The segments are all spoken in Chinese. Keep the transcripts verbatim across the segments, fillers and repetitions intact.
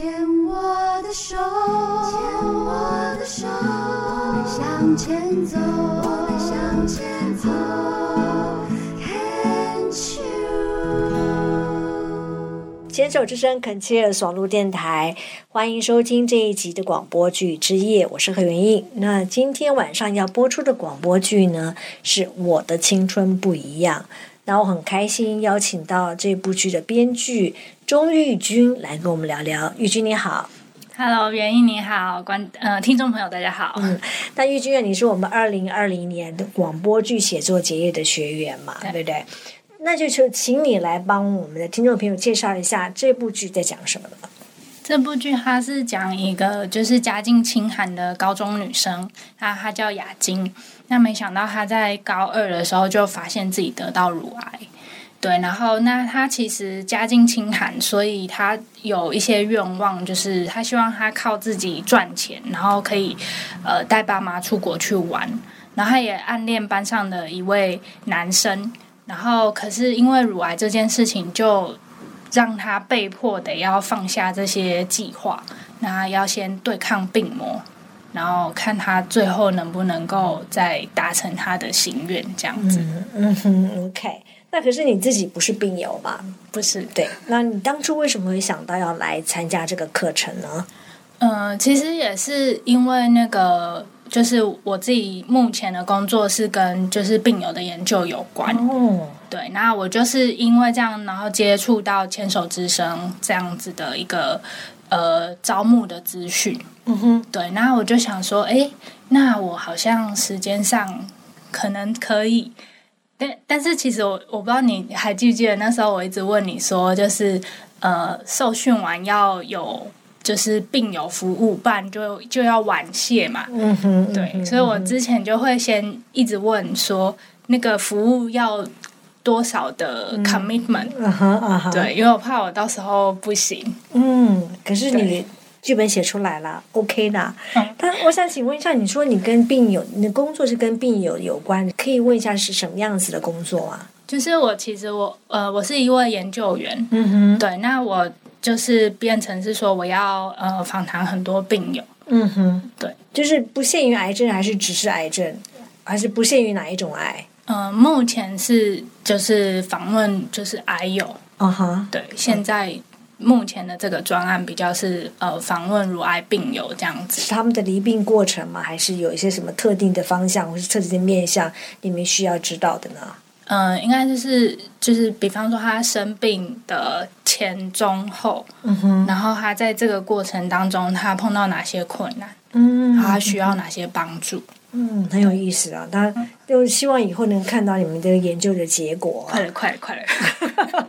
牵我的手，牵我的手，我们向前走，我们向前走。 牵手之声恳切网络电台，欢迎收听这一集的广播剧之夜，我是何元印。那今天晚上要播出的广播剧呢，是我的青春不一样。那我很开心邀请到这部剧的编剧钟玉君来跟我们聊聊。玉君你好。 Hello， 元印你好，观呃听众朋友大家好。 嗯，那玉君你是我们二零二零年的广播剧写作结业的学员嘛， 对, 对不对？那就请你来帮我们的听众朋友介绍一下这部剧在讲什么呢？ 这部剧它是讲一个就是家境清寒的高中女生，她她叫雅晶。那没想到她在高二的时候就发现自己得到乳癌，对，然后那她其实家境清寒，所以她有一些愿望，就是她希望她靠自己赚钱，然后可以呃带爸妈出国去玩，然后她也暗恋班上的一位男生。然后可是因为乳癌这件事情，就让他被迫得要放下这些计划，那要先对抗病魔，然后看他最后能不能够再达成他的心愿这样子。 嗯嗯哼 OK。 那可是你自己不是病友吧？ 不是。 对，那你当初为什么会想到要来参加这个课程呢？ 嗯、呃，其实也是因为那个就是我自己目前的工作是跟就是病友的研究有关。 哦， 对，那我就是因为这样，然后接触到牵手之声这样子的一个呃招募的资讯。 嗯哼， 对，那我就想说，哎，那我好像时间上可能可以，但但是其实我我不知道你还记不记得那时候我一直问你说，就是呃受训完要有。就是病友服务，不然就就要晚谢嘛。 嗯哼， 对， 嗯哼， 所以我之前就会先一直问说，那个服务要多少的 commitment？ 嗯哼嗯哼， 对，因为我怕我到时候不行。 嗯，可是你剧本写出来了 ，OK 的。嗯，但我想请问一下，你说你跟病友，你的工作是跟病友有关，可以问一下是什么样子的工作吗？ 就是我其实我呃，我是一位研究员。 嗯哼， 对，那我。就是变成是说我要呃访谈很多病友。 嗯哼， 对， 就是不限于癌症，还是只是癌症，还是不限于哪一种癌？ 嗯、呃，目前是就是访问就是癌友。 啊哈， 对，现在目前的这个专案比较是呃访问乳癌病友这样子。 是他们的离病过程吗？还是有一些什么特定的方向或是特定的面向你们需要知道的呢？ 嗯、呃，应该就是就是比方说他生病的前中后。 嗯哼， 然后他在这个过程当中他碰到哪些困难， 嗯， 他需要哪些帮助。 嗯，很有意思啊！当然，就希望以后能看到你们的研究的结果、啊。 快了，快了，快了。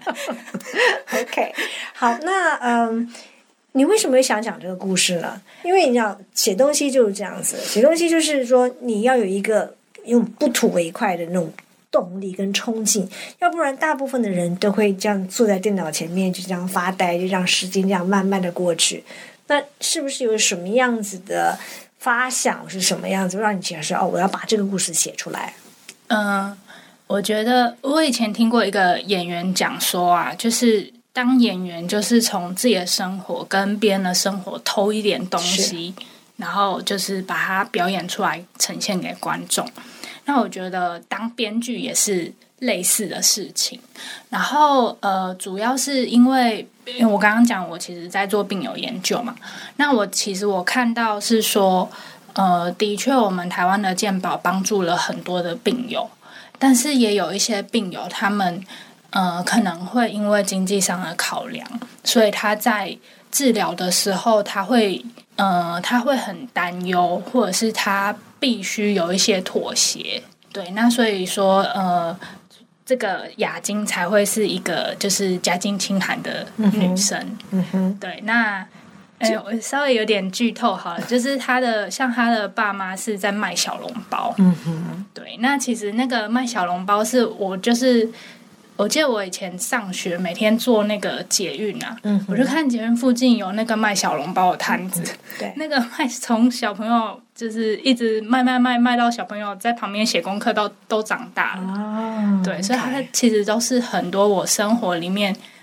OK， 好，那嗯，你为什么会想讲这个故事呢？因为你讲写东西就是这样子，写东西就是说你要有一个用不吐为快的那种动力跟冲劲，要不然大部分的人都会这样坐在电脑前面就这样发呆，就让时间这样慢慢的过去。那是不是有什么样子的发想是什么样子让你觉得说哦，我要把这个故事写出来？ 嗯，我觉得我以前听过一个演员讲说啊，就是当演员就是从自己的生活跟别人的生活偷一点东西，然后就是把它表演出来呈现给观众。那我觉得当编剧也是类似的事情。然后呃，主要是因为因为我刚刚讲我其实在做病友研究嘛，那我其实我看到是说呃，的确我们台湾的健保帮助了很多的病友，但是也有一些病友他们呃可能会因为经济上的考量，所以他在治疗的时候他会呃他会很担忧，或者是他必须有一些妥协。对，那所以说呃这个雅晶才会是一个就是家境清寒的女生。 嗯哼， 对，那哎，我稍微有点剧透好了，就是他的像他的爸妈是在卖小笼包。 嗯哼， 对，那其实那个卖小笼包是我就是我记得我以前上学每天坐那个捷运啊，嗯，我就看捷运附近有那个卖小笼包的摊子。嗯， 对， 那个卖从小朋友就是一直卖卖卖卖到小朋友在旁边写功课都都长大了。 哦， 对，所以它其实都是很多我生活里面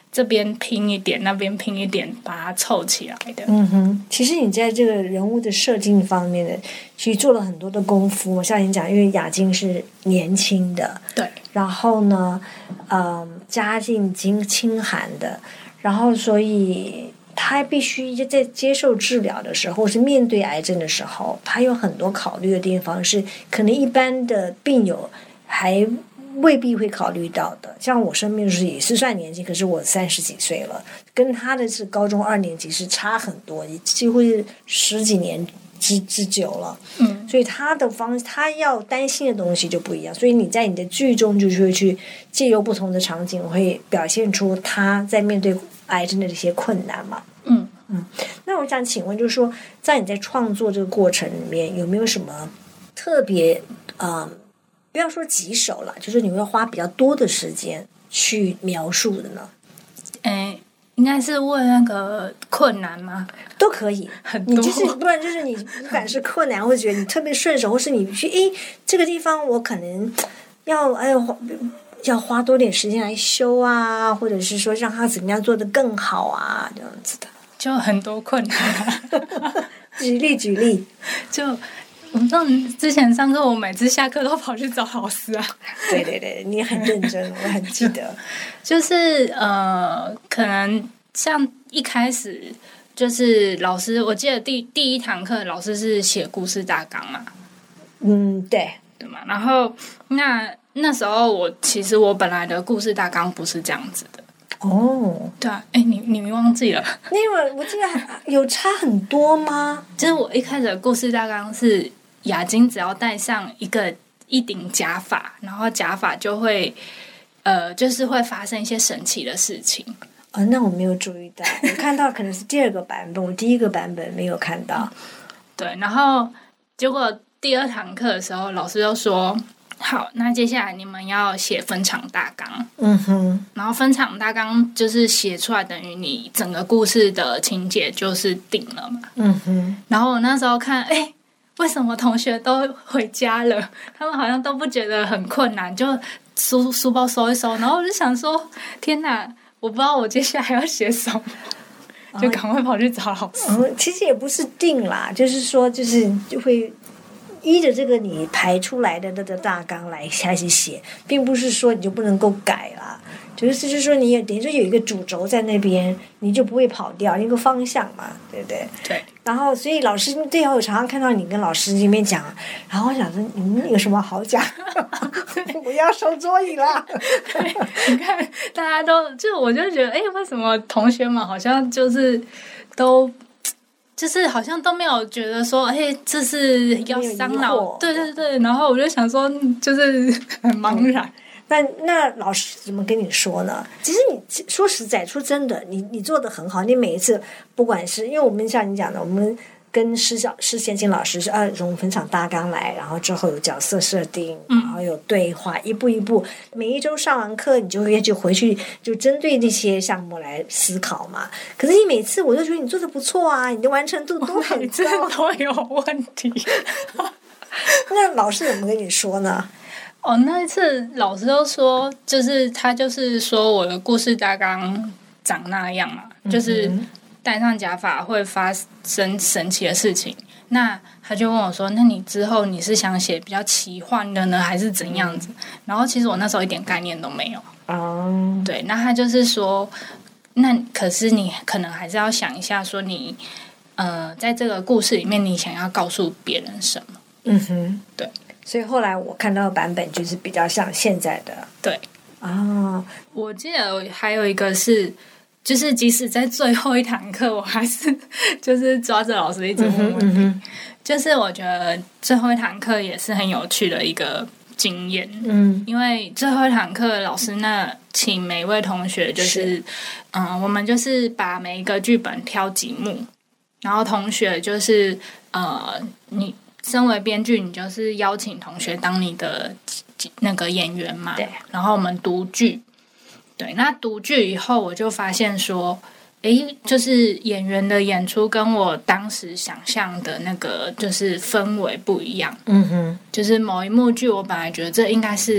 这边拼一点，那边拼一点，把它凑起来的。 嗯哼，其实你在这个人物的设定方面的，其实做了很多的功夫。像你讲，因为雅晶是年轻的， 对， 然后呢，嗯，家境清清寒的，然后所以他必须在接受治疗的时候，或是面对癌症的时候，他有很多考虑的地方是可能一般的病友还未必会考虑到的。像我生病的时候也是算年轻，可是我三十几岁了，跟他的是高中二年级是差很多，几乎是十几年之之久了。 嗯， 所以他的方他要担心的东西就不一样。所以你在你的剧中就是会去借由不同的场景，会表现出他在面对癌症的这些困难嘛。 嗯嗯，那我想请问，就是说，在你在创作这个过程里面，有没有什么特别，嗯，不要说棘手了，就是你会花比较多的时间去描述的呢？ 诶，应该是问那个困难吗？ 都可以， 很多你就是不然就是你不管是困难，或者觉得你特别顺手，或是你去诶这个地方我可能要哎呦。要花多点时间来修啊，或者是说让他怎么样做得更好啊，这样子的， 就很多困难、啊。 举例举例， 就我们知道之前上课，我每次下课都跑去找老师啊。 对对对，你很认真，我很记得。 就是呃，可能像一开始就是老师，我记得第第一堂课老师是写故事大纲嘛。 嗯，对对嘛，然后那。那时候我其实我本来的故事大纲不是这样子的哦， 对啊，哎，你你忘记了？ 那个我记得有差很多吗？ 就是我一开始的故事大纲是雅晶只要戴上一个一顶假发，然后假发就会呃，就是会发生一些神奇的事情。 哦，那我没有注意到，我看到可能是第二个版本，我第一个版本没有看到。 对，然后结果第二堂课的时候，老师就说。好，那接下来你们要写分场大纲。 嗯哼， 然后分场大纲就是写出来，等于你整个故事的情节就是定了嘛。 嗯哼。 然后我那时候看，哎，为什么同学都回家了？他们好像都不觉得很困难，就书书包收一收。然后我就想说，天哪，我不知道我接下来要写什么，哦、就赶快跑去找老师。 嗯，其实也不是定啦，就是说，就是就会。依着这个你排出来的这个大纲来开始写，并不是说你就不能够改啦，就是就是说你也等于说有一个主轴在那边，你就不会跑掉一个方向嘛，对不对？ 对。然后所以老师对我常常看到你跟老师这边讲，然后我想说你们有什么好讲？我要收桌椅啦！ 你看大家都就我就觉得，哎，为什么同学们好像就是都。就是好像都没有觉得说，哎，这是要伤脑，对对对。然后我就想说，就是很茫然。 那那老师怎么跟你说呢？其实你说实在，说真的，你你做得很好。你每一次，不管是因为我们像你讲的，我们跟施小施贤清老师是按从分场大纲来，然后之后有角色设定，然后有对话，一步一步。每一周上完课，你就会就回去就针对这些项目来思考嘛。可是你每次我就觉得你做的不错啊，你的完成度都很高， 都有问题。 那老师怎么跟你说呢？ 哦，那一次老师都说，就是他就是说我的故事大纲长那样嘛，嗯、就是戴上假发会发生神奇的事情。那他就问我说：“那你之后你是想写比较奇幻的呢，还是怎样子？”嗯、然后其实我那时候一点概念都没有。 哦， 对，那他就是说，那可是你可能还是要想一下，说你呃，在这个故事里面，你想要告诉别人什么？ 嗯哼， 对。 所以后来我看到的版本就是比较像现在的。 对啊， 我记得还有一个是，就是即使在最后一堂课，我还是就是抓着老师一直问问题。嗯嗯、就是我觉得最后一堂课也是很有趣的一个经验。嗯，因为最后一堂课老师那请每一位同学就是嗯、呃，我们就是把每一个剧本挑几幕，然后同学就是呃你。身为编剧，你就是邀请同学当你的那个演员嘛， 对。 然后我们读剧，对。那读剧以后，我就发现说，诶，就是演员的演出跟我当时想象的那个就是氛围不一样。嗯哼。就是某一幕剧，我本来觉得这应该是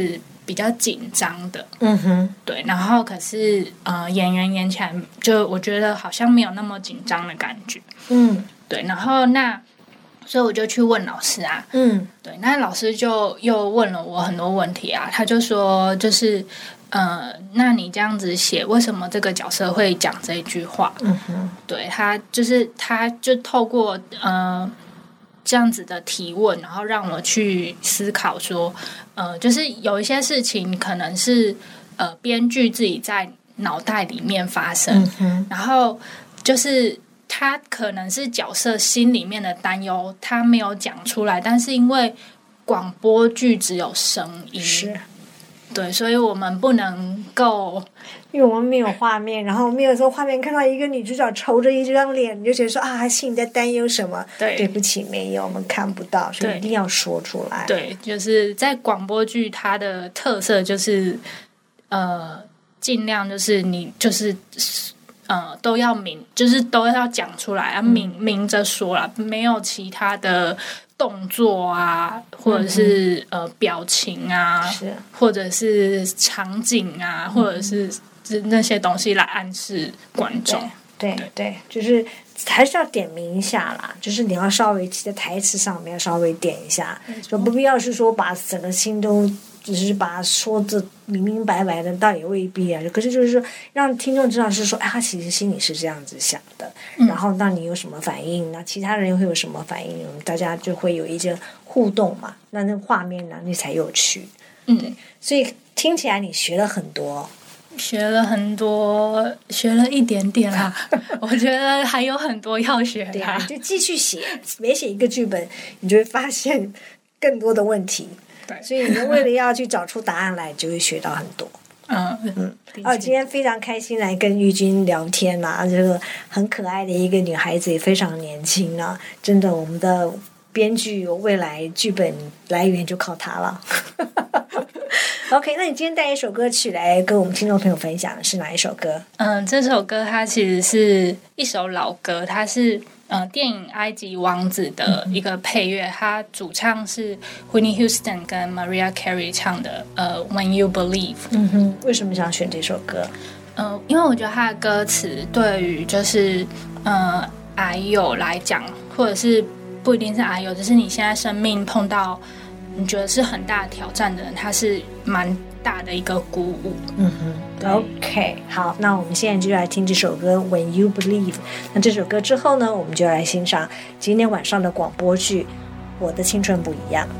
比较紧张的， 嗯哼， 对。然后可是呃，演员演起来就我觉得好像没有那么紧张的感觉， 嗯， 对。然后那所以我就去问老师啊， 嗯， 对。那老师就又问了我很多问题啊，他就说就是。呃，那你这样子写，为什么这个角色会讲这一句话？ 嗯哼， 对他就是他就透过呃这样子的提问，然后让我去思考说，呃，就是有一些事情可能是呃编剧自己在脑袋里面发生， 嗯哼， 然后就是他可能是角色心里面的担忧，他没有讲出来，但是因为广播剧只有声音， 是。 对，所以我们不能够， 因为我们没有画面，然后没有说画面看到一个女主角愁着一张脸，你就觉得说啊，心里在担忧什么？ 对， 对不起，没有，我们看不到，所以一定要说出来。 对，就是在广播剧，它的特色就是呃，尽量就是你就是呃都要明，就是都要讲出来啊，明明着说啦，没有其他的。动作啊，或者是、嗯、呃表情啊， 是或者是场景啊，嗯、或者是那些东西来暗示观众。 对 对, 对，就是还是要点名一下啦，就是你要稍微在台词上面要稍微点一下，就不必要是说把整个心都只是把它说的明明白白的，倒也未必啊。可是就是说让听众知道是说，哎，他其实心里是这样子想的，嗯、然后那你有什么反应，那其他人会有什么反应，大家就会有一些互动嘛，那那画面呢，那才有趣。 嗯， 对，所以听起来你学了很多。 学了很多，学了一点点啦。我觉得还有很多要学的。 对啊，你就继续写，每写一个剧本，你就会发现更多的问题。 对， 所以你为了要去找出答案来，就会学到很多。 嗯嗯。哦，今天非常开心来跟玉君聊天啦、啊，这个很可爱的一个女孩子，也非常年轻啊，真的，我们的编剧未来剧本来源就靠她了。OK， 那你今天带一首歌曲来跟我们听众朋友分享是哪一首歌？ 嗯，这首歌它其实是一首老歌，它是呃电影《埃及王子》的一个配乐，嗯、它主唱是 Whitney Houston 跟 Mariah Carey 唱的呃 When You Believe。 嗯哼，为什么想选这首歌？ 呃，因为我觉得它的歌词对于就是呃癌友来讲，或者是不一定是癌友，只是你现在生命碰到。你觉得是很大的挑战的人，他是蛮大的一个鼓舞。 嗯哼 ，OK， 好，那我们现在就来听这首歌《When You Believe》。那这首歌之后呢，我们就来欣赏今天晚上的广播剧《我的青春不一样》。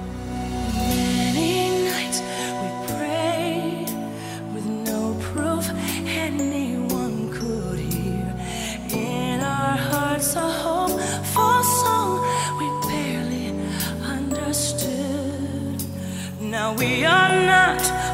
Now we are not